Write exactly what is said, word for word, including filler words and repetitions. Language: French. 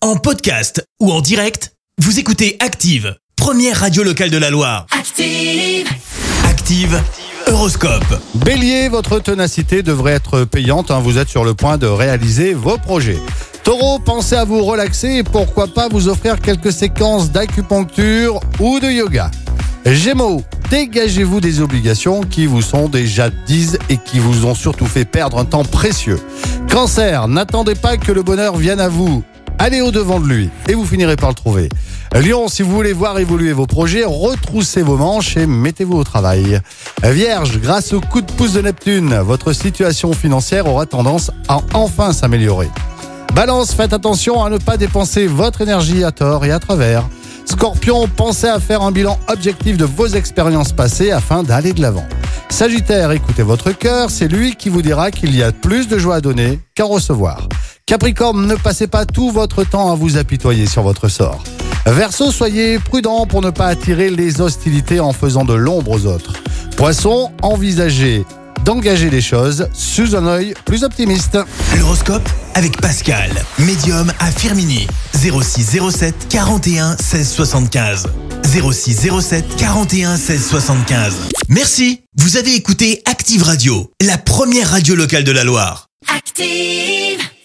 En podcast ou en direct, vous écoutez Active, première radio locale de la Loire. Active, Active Horoscope. Bélier, votre ténacité devrait être payante, hein, vous êtes sur le point de réaliser vos projets. Taureau, pensez à vous relaxer et pourquoi pas vous offrir quelques séquences d'acupuncture ou de yoga. Gémeaux, dégagez-vous des obligations qui vous sont déjà dises et qui vous ont surtout fait perdre un temps précieux. Cancer, n'attendez pas que le bonheur vienne à vous. Allez au-devant de lui et vous finirez par le trouver. Lion, si vous voulez voir évoluer vos projets, retroussez vos manches et mettez-vous au travail. Vierge, grâce au coup de pouce de Neptune, votre situation financière aura tendance à enfin s'améliorer. Balance, faites attention à ne pas dépenser votre énergie à tort et à travers. Scorpion, pensez à faire un bilan objectif de vos expériences passées afin d'aller de l'avant. Sagittaire, écoutez votre cœur, c'est lui qui vous dira qu'il y a plus de joie à donner qu'à recevoir. Capricorne, ne passez pas tout votre temps à vous apitoyer sur votre sort. Verseau, soyez prudent pour ne pas attirer les hostilités en faisant de l'ombre aux autres. Poisson, envisagez d'engager les choses sous un œil plus optimiste. L'horoscope avec Pascal, médium à Firminy, zéro six zéro sept quarante et un seize soixante-quinze. zéro six zéro sept quarante et un seize soixante-quinze. Merci, vous avez écouté Active Radio, la première radio locale de la Loire. Active!